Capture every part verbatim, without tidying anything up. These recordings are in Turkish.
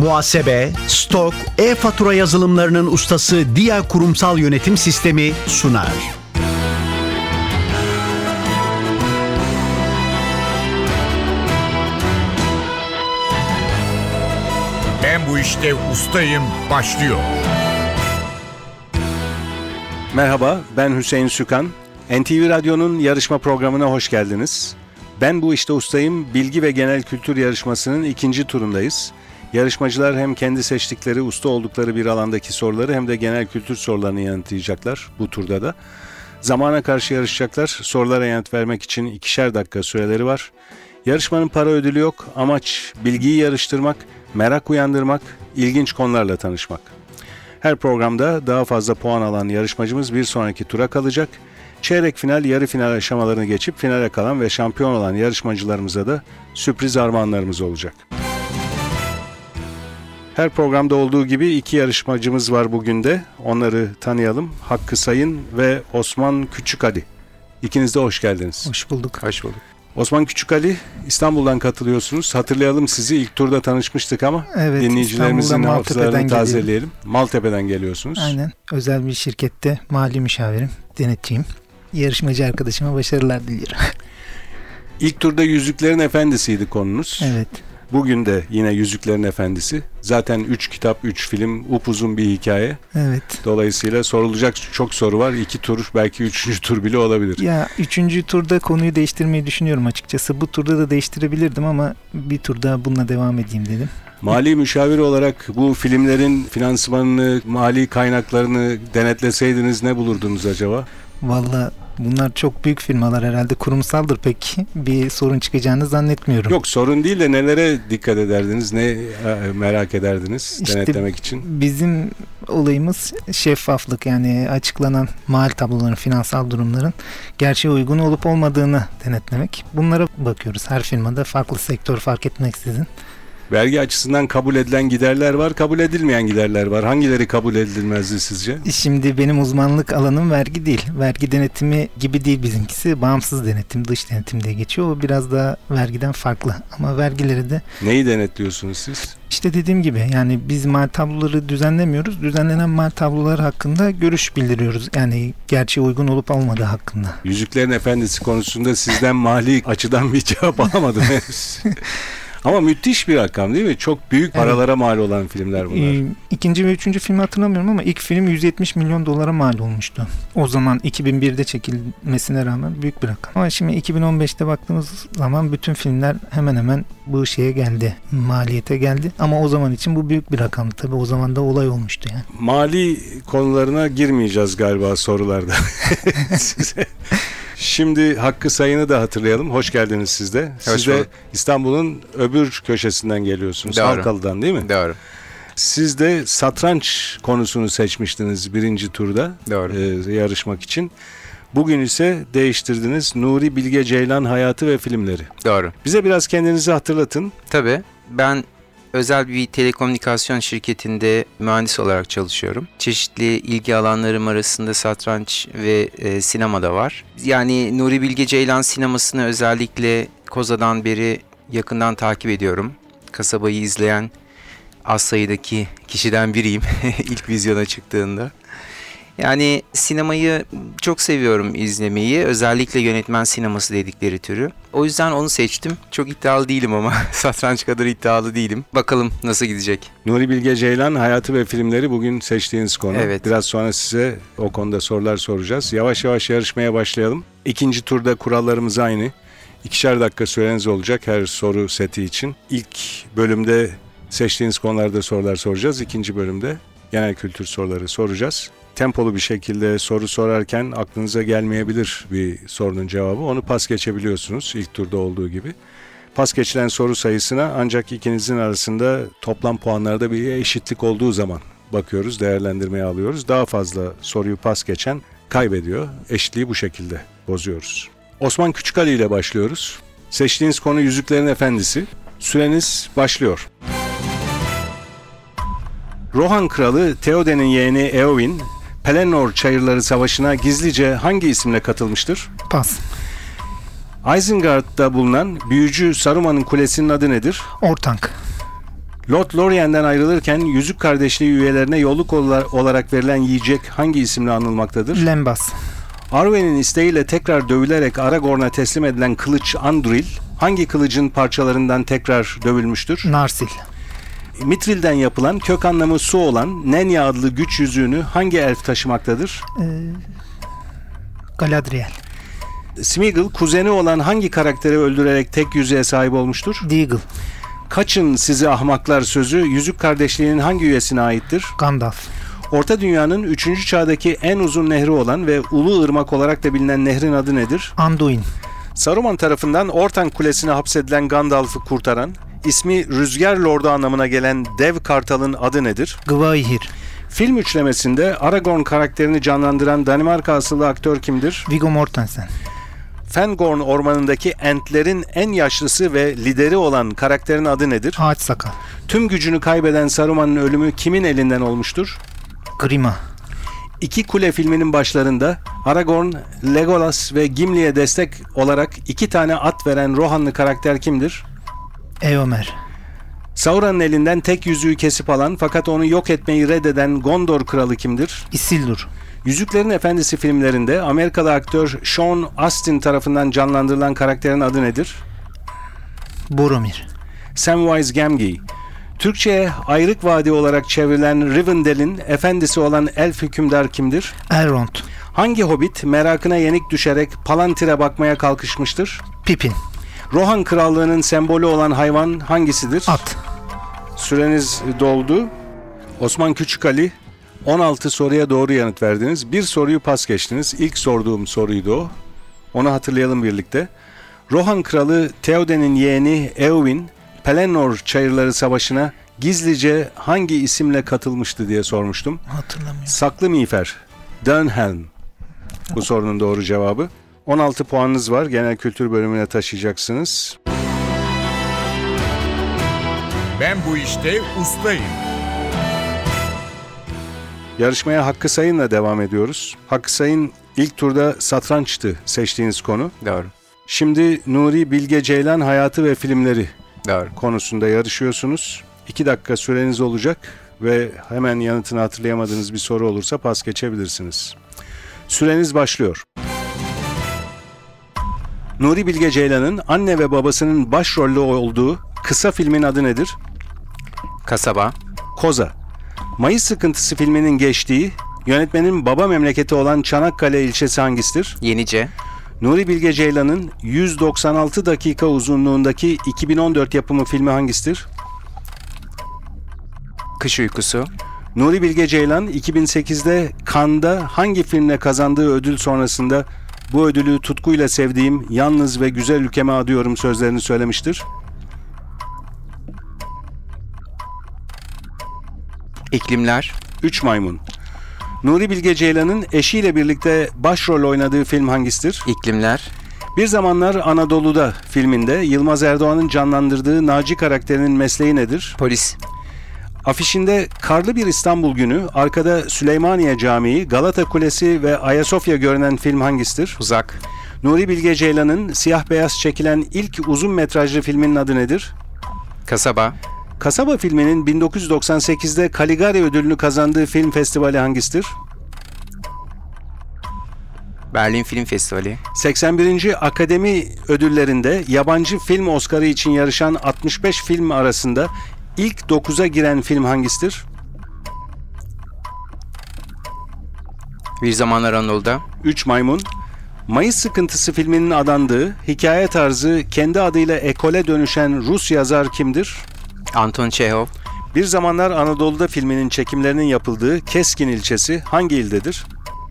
Muhasebe, stok, e-fatura yazılımlarının ustası Dia Kurumsal Yönetim Sistemi sunar. Ben bu işte ustayım başlıyor. Merhaba, ben Hüseyin Sükan. N T V Radyo'nun yarışma programına hoş geldiniz. Ben bu işte ustayım bilgi ve genel kültür yarışmasının ikinci turundayız. Yarışmacılar hem kendi seçtikleri, usta oldukları bir alandaki soruları hem de genel kültür sorularını yanıtlayacaklar bu turda da. Zamana karşı yarışacaklar. Sorulara yanıt vermek için ikişer dakika süreleri var. Yarışmanın para ödülü yok. Amaç bilgiyi yarıştırmak, merak uyandırmak, ilginç konularla tanışmak. Her programda daha fazla puan alan yarışmacımız bir sonraki tura kalacak. Çeyrek final, yarı final aşamalarını geçip finale kalan ve şampiyon olan yarışmacılarımıza da sürpriz armağanlarımız olacak. Her programda olduğu gibi iki yarışmacımız var bugün de. Onları tanıyalım. Hakkı Sayın ve Osman Küçükali. İkiniz de hoş geldiniz. Hoş bulduk. Hoş bulduk. Osman Küçükali, İstanbul'dan katılıyorsunuz. Hatırlayalım, sizi ilk turda tanışmıştık ama evet, dinleyicilerimizin hafızalarını tazeleyelim. Geliyorum. Maltepe'den geliyorsunuz. Aynen. Özel bir şirkette mali müşavirim, denetçiyim. Yarışmacı arkadaşıma başarılar diliyorum. İlk turda Yüzüklerin Efendisi'ydi konunuz. Evet. Bugün de yine Yüzüklerin Efendisi. Zaten üç kitap, üç film, upuzun bir hikaye. Evet. Dolayısıyla sorulacak çok soru var. İki tur, belki üçüncü tur bile olabilir. Ya üçüncü turda konuyu değiştirmeyi düşünüyorum açıkçası. Bu turda da değiştirebilirdim ama bir tur daha bununla devam edeyim dedim. Mali müşavir olarak bu filmlerin finansmanını, mali kaynaklarını denetleseydiniz ne bulurdunuz acaba? Vallahi bunlar çok büyük firmalar, herhalde kurumsaldır, pek bir sorun çıkacağını zannetmiyorum. Yok, sorun değil de nelere dikkat ederdiniz, ne merak ederdiniz işte denetlemek için? Bizim olayımız şeffaflık, yani açıklanan mal tabloların, finansal durumların gerçeğe uygun olup olmadığını denetlemek. Bunlara bakıyoruz her firmada, farklı sektör fark etmeksizin. Vergi açısından kabul edilen giderler var, kabul edilmeyen giderler var. Hangileri kabul edilmezdi sizce? Şimdi benim uzmanlık alanım vergi değil. Vergi denetimi gibi değil bizimkisi. Bağımsız denetim, dış denetim diye geçiyor. O biraz daha vergiden farklı. Ama vergileri de... Neyi denetliyorsunuz siz? İşte dediğim gibi, yani biz mal tabloları düzenlemiyoruz. Düzenlenen mal tabloları hakkında görüş bildiriyoruz. Yani gerçeğe uygun olup olmadığı hakkında. Yüzüklerin Efendisi konusunda sizden mali açıdan bir cevap alamadım henüz. Ama müthiş bir rakam değil mi? Çok büyük paralara evet. mal olan filmler bunlar. Ee, ikinci ve üçüncü filmi hatırlamıyorum ama ilk film yüz yetmiş milyon dolara mal olmuştu. O zaman iki bin birde çekilmesine rağmen büyük bir rakam. Ama şimdi iki bin on beşte baktığımız zaman bütün filmler hemen hemen bu şeye geldi. Maliyete geldi. Ama o zaman için bu büyük bir rakamdı. Tabii o zaman da olay olmuştu yani. Mali konularına girmeyeceğiz galiba sorularda. Size... Şimdi Hakkı Sayın'ı da hatırlayalım. Hoş geldiniz siz de. Siz de İstanbul'un öbür köşesinden geliyorsunuz. Doğru. Halkalı'dan değil mi? Doğru. Siz de satranç konusunu seçmiştiniz birinci turda. Doğru. E, yarışmak için. Bugün ise değiştirdiniz. Nuri Bilge Ceylan hayatı ve filmleri. Doğru. Bize biraz kendinizi hatırlatın. Tabii. Ben özel bir telekomünikasyon şirketinde mühendis olarak çalışıyorum. Çeşitli ilgi alanlarım arasında satranç ve e, sinema da var. Yani Nuri Bilge Ceylan sinemasını özellikle Koza'dan beri yakından takip ediyorum. Kasabayı izleyen az sayıdaki kişiden biriyim ilk vizyona çıktığında. Yani sinemayı çok seviyorum izlemeyi. Özellikle yönetmen sineması dedikleri türü. O yüzden onu seçtim. Çok iddialı değilim ama satranç kadar iddialı değilim. Bakalım nasıl gidecek. Nuri Bilge Ceylan hayatı ve filmleri bugün seçtiğiniz konu. Evet. Biraz sonra size o konuda sorular soracağız. Yavaş yavaş yarışmaya başlayalım. İkinci turda kurallarımız aynı. İkişer dakika süreniz olacak her soru seti için. İlk bölümde seçtiğiniz konularda sorular soracağız. İkinci bölümde genel kültür soruları soracağız. Tempolu bir şekilde soru sorarken aklınıza gelmeyebilir bir sorunun cevabı. Onu pas geçebiliyorsunuz ilk turda olduğu gibi. Pas geçilen soru sayısına ancak ikinizin arasında toplam puanlarda bir eşitlik olduğu zaman bakıyoruz, değerlendirmeye alıyoruz. Daha fazla soruyu pas geçen kaybediyor. Eşitliği bu şekilde bozuyoruz. Osman Küçükali ile başlıyoruz. Seçtiğiniz konu Yüzüklerin Efendisi. Süreniz başlıyor. Rohan Kralı Theoden'in yeğeni Eowyn, Pelennor Çayırları Savaşı'na gizlice hangi isimle katılmıştır? Pas. Isengard'da bulunan büyücü Saruman'ın kulesinin adı nedir? Ortank. Lord Lorien'den ayrılırken Yüzük Kardeşliği üyelerine yolluk olarak verilen yiyecek hangi isimle anılmaktadır? Lembas. Arwen'in isteğiyle tekrar dövülerek Aragorn'a teslim edilen kılıç Anduril hangi kılıcın parçalarından tekrar dövülmüştür? Narsil. Mitril'den yapılan kök anlamı su olan Nenya adlı güç yüzüğünü hangi elf taşımaktadır? Ee, Galadriel. Smeagol kuzeni olan hangi karakteri öldürerek tek yüzüğe sahip olmuştur? Deagle. Kaçın sizi ahmaklar sözü Yüzük Kardeşliği'nin hangi üyesine aittir? Gandalf. Orta Dünya'nın üçüncü çağdaki en uzun nehri olan ve Ulu Irmak olarak da bilinen nehrin adı nedir? Anduin. Saruman tarafından Orthanc Kulesi'ne hapsedilen Gandalf'ı kurtaran, ismi Rüzgar Lord'u anlamına gelen dev kartalın adı nedir? Gwaihir. Film üçlemesinde Aragorn karakterini canlandıran Danimarka asıllı aktör kimdir? Viggo Mortensen. Fangorn ormanındaki Entlerin en yaşlısı ve lideri olan karakterin adı nedir? Ağaç Sakal. Tüm gücünü kaybeden Saruman'ın ölümü kimin elinden olmuştur? Grima. İki Kule filminin başlarında Aragorn, Legolas ve Gimli'ye destek olarak iki tane at veren Rohanlı karakter kimdir? Eomer. Sauron'un elinden tek yüzüğü kesip alan fakat onu yok etmeyi reddeden Gondor kralı kimdir? Isildur. Yüzüklerin Efendisi filmlerinde Amerikalı aktör Sean Astin tarafından canlandırılan karakterin adı nedir? Boromir. Samwise Gamgee. Türkçe'ye Ayrık Vadi olarak çevrilen Rivendell'in efendisi olan elf hükümdar kimdir? Elrond. Hangi hobbit merakına yenik düşerek Palantir'e bakmaya kalkışmıştır? Pippin. Rohan krallığının sembolü olan hayvan hangisidir? At. Süreniz doldu. Osman Küçükali, on altı soruya doğru yanıt verdiniz. Bir soruyu pas geçtiniz. İlk sorduğum soruydu o. Onu hatırlayalım birlikte. Rohan kralı Theoden'in yeğeni Eowyn, Pelennor Çayırları Savaşı'na gizlice hangi isimle katılmıştı diye sormuştum. Hatırlamıyorum. Saklı miğfer. Dönhelm. Bu sorunun doğru cevabı. on altı puanınız var. Genel kültür bölümüne taşıyacaksınız. Ben bu işte ustayım. Yarışmaya Hakkı Sayın'la devam ediyoruz. Hakkı Sayın ilk turda satrançtı seçtiğiniz konu. Doğru. Şimdi Nuri Bilge Ceylan hayatı ve filmleri Doğru. konusunda yarışıyorsunuz. İki dakika süreniz olacak ve hemen yanıtını hatırlayamadığınız bir soru olursa pas geçebilirsiniz. Süreniz başlıyor. Nuri Bilge Ceylan'ın anne ve babasının başrollü olduğu kısa filmin adı nedir? Kasaba. Koza. Mayıs Sıkıntısı filminin geçtiği, yönetmenin baba memleketi olan Çanakkale ilçesi hangisidir? Yenice. Nuri Bilge Ceylan'ın yüz doksan altı dakika uzunluğundaki iki bin on dört yapımı filmi hangisidir? Kış Uykusu. Nuri Bilge Ceylan iki bin sekizde Cannes'da hangi filmle kazandığı ödül sonrasında bu ödülü tutkuyla sevdiğim, yalnız ve güzel ülkeme adıyorum sözlerini söylemiştir? İklimler. Üç Maymun. Nuri Bilge Ceylan'ın eşiyle birlikte başrol oynadığı film hangisidir? İklimler. Bir Zamanlar Anadolu'da filminde Yılmaz Erdoğan'ın canlandırdığı Naci karakterinin mesleği nedir? Polis. Afişinde karlı bir İstanbul günü, arkada Süleymaniye Camii, Galata Kulesi ve Ayasofya görünen film hangisidir? Uzak. Nuri Bilge Ceylan'ın siyah beyaz çekilen ilk uzun metrajlı filminin adı nedir? Kasaba. Kasaba filminin bin dokuz yüz doksan sekizde Caligari ödülünü kazandığı film festivali hangisidir? Berlin Film Festivali. seksen birinci Akademi Ödülleri'nde yabancı film Oscar'ı için yarışan altmış beş film arasında ilk dokuza giren film hangisidir? Bir Zamanlar Anadolu'da. Üç Maymun. Mayıs Sıkıntısı filminin adandığı, hikaye tarzı kendi adıyla ekole dönüşen Rus yazar kimdir? Anton Çehov. Bir Zamanlar Anadolu'da filminin çekimlerinin yapıldığı Keskin ilçesi hangi ildedir?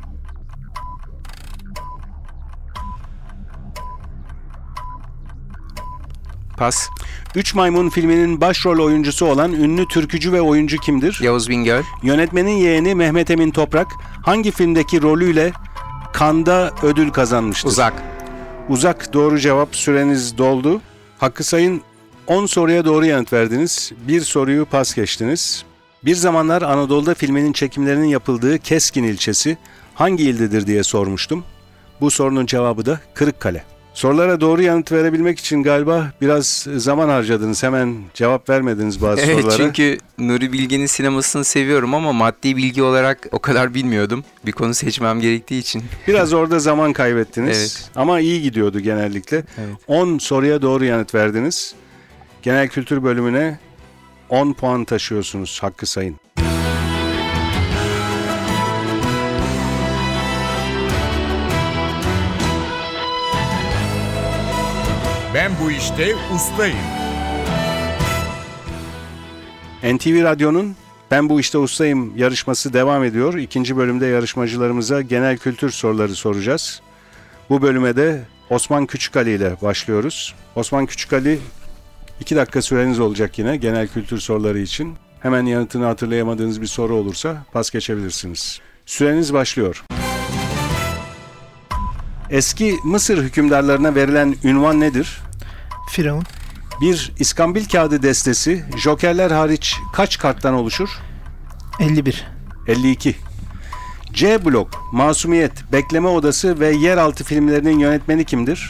Pas. Üç Maymun filminin başrol oyuncusu olan ünlü türkücü ve oyuncu kimdir? Yavuz Bingöl. Yönetmenin yeğeni Mehmet Emin Toprak hangi filmdeki rolüyle Cannes'da ödül kazanmıştır? Uzak. Uzak doğru cevap. Süreniz doldu. Hakkı Sayın on soruya doğru yanıt verdiniz. Bir soruyu pas geçtiniz. Bir Zamanlar Anadolu'da filminin çekimlerinin yapıldığı Keskin ilçesi hangi ildedir diye sormuştum. Bu sorunun cevabı da Kırıkkale. Sorulara doğru yanıt verebilmek için galiba biraz zaman harcadınız. Hemen cevap vermediniz bazı Evet, sorulara. çünkü Nuri Bilge'nin sinemasını seviyorum ama maddi bilgi olarak o kadar bilmiyordum. Bir konu seçmem gerektiği için. Biraz orada zaman kaybettiniz. Evet. Ama iyi gidiyordu genellikle. Evet. on soruya doğru yanıt verdiniz. Genel kültür bölümüne on puan taşıyorsunuz Hakkı Sayın. Ben bu işte ustayım. N T V Radyo'nun Ben Bu İşte Ustayım yarışması devam ediyor. İkinci bölümde yarışmacılarımıza genel kültür soruları soracağız. Bu bölüme de Osman Küçükali ile başlıyoruz. Osman Küçükali, iki dakika süreniz olacak yine genel kültür soruları için. Hemen yanıtını hatırlayamadığınız bir soru olursa pas geçebilirsiniz. Süreniz başlıyor. Eski Mısır hükümdarlarına verilen ünvan nedir? Firavun. Bir iskambil kağıdı destesi jokerler hariç kaç karttan oluşur? elli bir. elli iki. C Blok, Masumiyet, Bekleme Odası ve Yeraltı filmlerinin yönetmeni kimdir?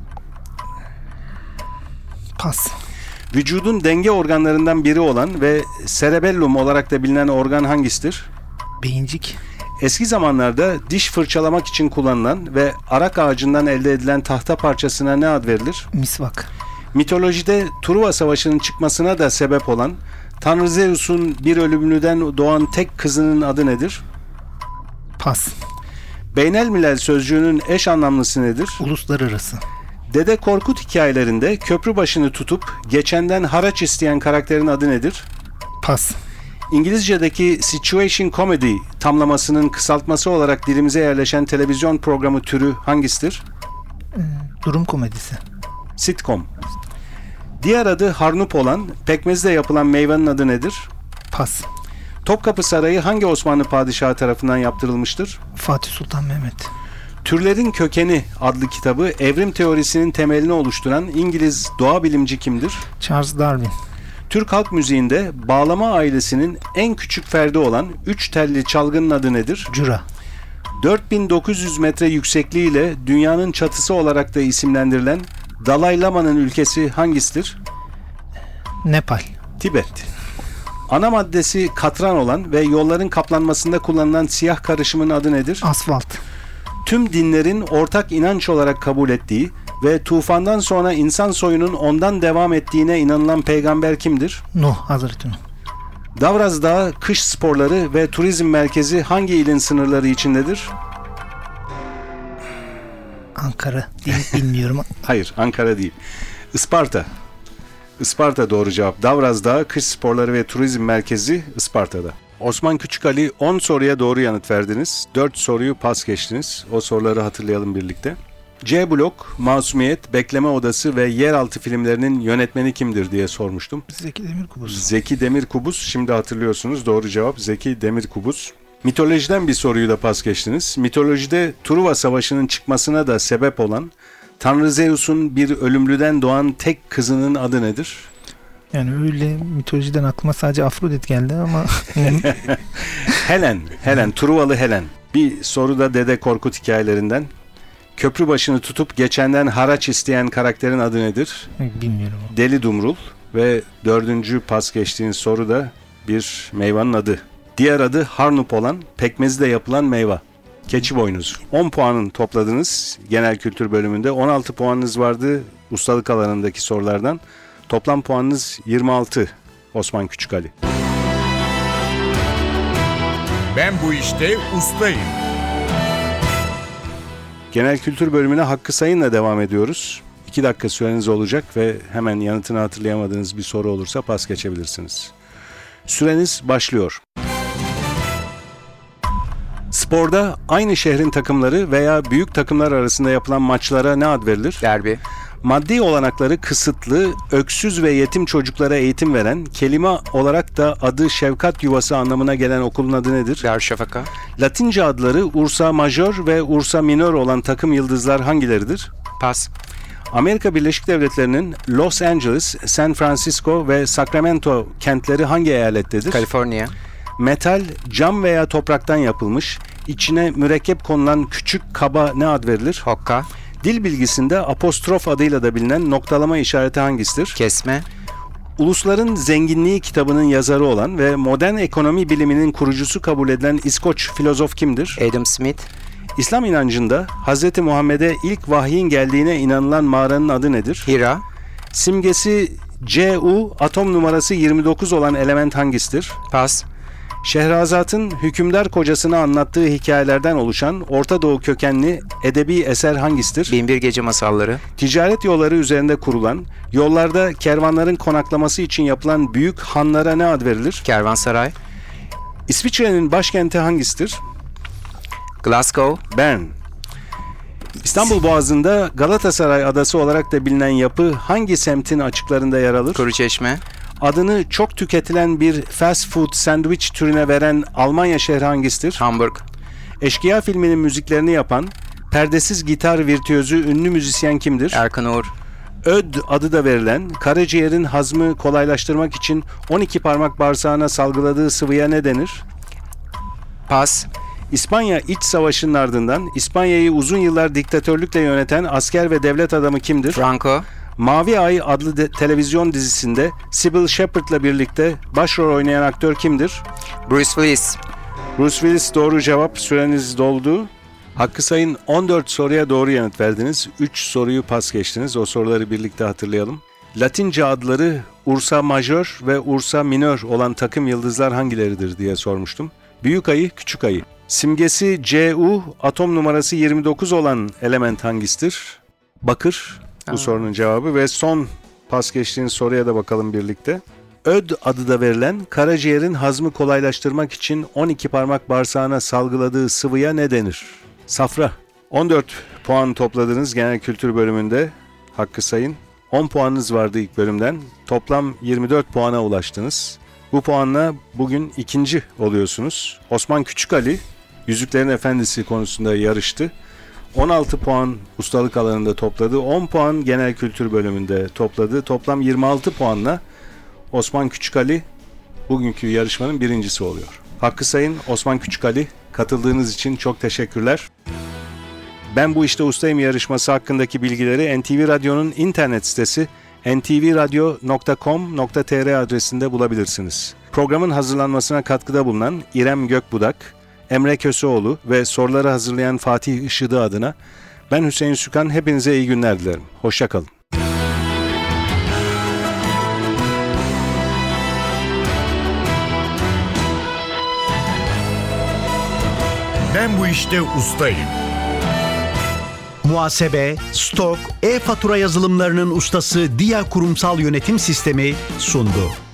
Pas. Vücudun denge organlarından biri olan ve cerebellum olarak da bilinen organ hangisidir? Beyincik. Eski zamanlarda diş fırçalamak için kullanılan ve arak ağacından elde edilen tahta parçasına ne ad verilir? Misvak. Mitolojide Truva Savaşı'nın çıkmasına da sebep olan Tanrı Zeus'un bir ölümlüden doğan tek kızının adı nedir? Pas. Beynelmilel sözcüğünün eş anlamlısı nedir? Uluslararası. Dede Korkut hikayelerinde köprü başını tutup geçenden haraç isteyen karakterin adı nedir? Pas. İngilizce'deki situation comedy tamlamasının kısaltması olarak dilimize yerleşen televizyon programı türü hangisidir? Durum komedisi. Sitcom. Diğer adı harnup olan, pekmezle yapılan meyvenin adı nedir? Pas. Topkapı Sarayı hangi Osmanlı padişahı tarafından yaptırılmıştır? Fatih Sultan Mehmet. Türlerin Kökeni adlı kitabı evrim teorisinin temelini oluşturan İngiliz doğa bilimci kimdir? Charles Darwin. Türk halk müziğinde bağlama ailesinin en küçük ferdi olan üç telli çalgının adı nedir? Cura. dört bin dokuz yüz metre yüksekliğiyle dünyanın çatısı olarak da isimlendirilen Dalai Lama'nın ülkesi hangisidir? Nepal. Tibet. Ana maddesi katran olan ve yolların kaplanmasında kullanılan siyah karışımın adı nedir? Asfalt. Tüm dinlerin ortak inanç olarak kabul ettiği ve tufandan sonra insan soyunun ondan devam ettiğine inanılan peygamber kimdir? Nuh. Hazreti Nuh. Davraz Dağı kış sporları ve turizm merkezi hangi ilin sınırları içindedir? Ankara. Değil, bilmiyorum. Hayır, Ankara değil. Isparta. Isparta doğru cevap. Davraz Dağı kış sporları ve turizm merkezi Isparta'da. Osman Küçükali, on soruya doğru yanıt verdiniz. dört soruyu pas geçtiniz. O soruları hatırlayalım birlikte. C Blok, Masumiyet, Bekleme Odası ve Yeraltı filmlerinin yönetmeni kimdir diye sormuştum. Zeki Demirkubuz. Zeki Demirkubuz, şimdi hatırlıyorsunuz. Doğru cevap Zeki Demirkubuz. Mitolojiden bir soruyu da pas geçtiniz. Mitolojide Truva Savaşı'nın çıkmasına da sebep olan Tanrı Zeus'un bir ölümlüden doğan tek kızının adı nedir? Yani öyle mitolojiden aklıma sadece Afrodit geldi ama Helen, Helen, Truvalı Helen. Bir soru da Dede Korkut hikayelerinden. Köprü başını tutup geçenden haraç isteyen karakterin adı nedir? bilmiyorum. Deli Dumrul. Ve dördüncü pas geçtiğin soru da bir meyvanın adı. Diğer adı harnup olan, pekmezle yapılan meyve. Keçi boynuzu. on puanın topladınız genel kültür bölümünde. on altı puanınız vardı ustalık alanındaki sorulardan. Toplam puanınız yirmi altı Osman Küçükali. Ben bu işte ustayım. Genel kültür bölümüne Hakkı Sayın'la devam ediyoruz. iki dakika süreniz olacak ve hemen yanıtını hatırlayamadığınız bir soru olursa pas geçebilirsiniz. Süreniz başlıyor. Sporda aynı şehrin takımları veya büyük takımlar arasında yapılan maçlara ne ad verilir? Derbi. Maddi olanakları kısıtlı, öksüz ve yetim çocuklara eğitim veren, kelime olarak da adı şefkat yuvası anlamına gelen okulun adı nedir? Darüşşafaka. Latince adları Ursa Major ve Ursa Minor olan takım yıldızlar hangileridir? Pas. Amerika Birleşik Devletleri'nin Los Angeles, San Francisco ve Sacramento kentleri hangi eyalettedir? Kaliforniya. Metal, cam veya topraktan yapılmış, içine mürekkep konulan küçük kaba ne ad verilir? Hokka. Dil bilgisinde apostrof adıyla da bilinen noktalama işareti hangisidir? Kesme. Ulusların Zenginliği kitabının yazarı olan ve modern ekonomi biliminin kurucusu kabul edilen İskoç filozof kimdir? Adam Smith. İslam inancında Hz. Muhammed'e ilk vahyin geldiğine inanılan mağaranın adı nedir? Hira. Simgesi C U, atom numarası yirmi dokuz olan element hangisidir? Pas. Şehrazat'ın hükümdar kocasına anlattığı hikayelerden oluşan Orta Doğu kökenli edebi eser hangisidir? Binbir Gece Masalları. Ticaret yolları üzerinde kurulan, yollarda kervanların konaklaması için yapılan büyük hanlara ne ad verilir? Kervansaray. İsviçre'nin başkenti hangisidir? Glasgow. Bern. İstanbul Boğazı'nda Galatasaray Adası olarak da bilinen yapı hangi semtin açıklarında yer alır? Kuruçeşme. Adını çok tüketilen bir fast food sandviç türüne veren Almanya şehri hangisidir? Hamburg. Eşkıya filminin müziklerini yapan, perdesiz gitar virtüözü ünlü müzisyen kimdir? Erkan Uğur. Öd adı da verilen, karaciğerin hazmı kolaylaştırmak için on iki parmak bağırsağına salgıladığı sıvıya ne denir? Pas. İspanya İç Savaşı'nın ardından İspanya'yı uzun yıllar diktatörlükle yöneten asker ve devlet adamı kimdir? Franco. Mavi Ay adlı de- televizyon dizisinde Sybil Shepherd'la birlikte başrol oynayan aktör kimdir? Bruce Willis. Bruce Willis doğru cevap. Süreniz doldu. Hakkı sayın on dört soruya doğru yanıt verdiniz. üç soruyu pas geçtiniz. O soruları birlikte hatırlayalım. Latince adları Ursa Majör ve Ursa Minör olan takım yıldızlar hangileridir diye sormuştum. Büyük ayı, küçük ayı. Simgesi C U, atom numarası yirmi dokuz olan element hangisidir? Bakır. Bu Aa. sorunun cevabı ve son pas geçtiğiniz soruya da bakalım birlikte. Öd adı da verilen, karaciğerin hazmı kolaylaştırmak için on iki parmak bağırsağına salgıladığı sıvıya ne denir? Safra. on dört puan topladınız genel kültür bölümünde. Hakkı sayın. on puanınız vardı ilk bölümden. Toplam yirmi dört puana ulaştınız. Bu puanla bugün ikinci oluyorsunuz. Osman Küçükali, Yüzüklerin Efendisi konusunda yarıştı. on altı puan ustalık alanında topladı. on puan genel kültür bölümünde topladı. Toplam yirmi altı puanla Osman Küçükali bugünkü yarışmanın birincisi oluyor. Hakkı sayın Osman Küçükali, katıldığınız için çok teşekkürler. Ben bu işte ustayım yarışması hakkındaki bilgileri N T V Radyo'nun internet sitesi en ti vi radyo nokta com nokta t r adresinde bulabilirsiniz. Programın hazırlanmasına katkıda bulunan İrem Gökbudak, Emre Köseoğlu ve soruları hazırlayan Fatih Işıdı adına ben Hüseyin Sükan, hepinize iyi günler dilerim. Hoşça kalın. Ben bu işte ustayım. Muhasebe, stok, e-fatura yazılımlarının ustası Dia Kurumsal Yönetim Sistemi sundu.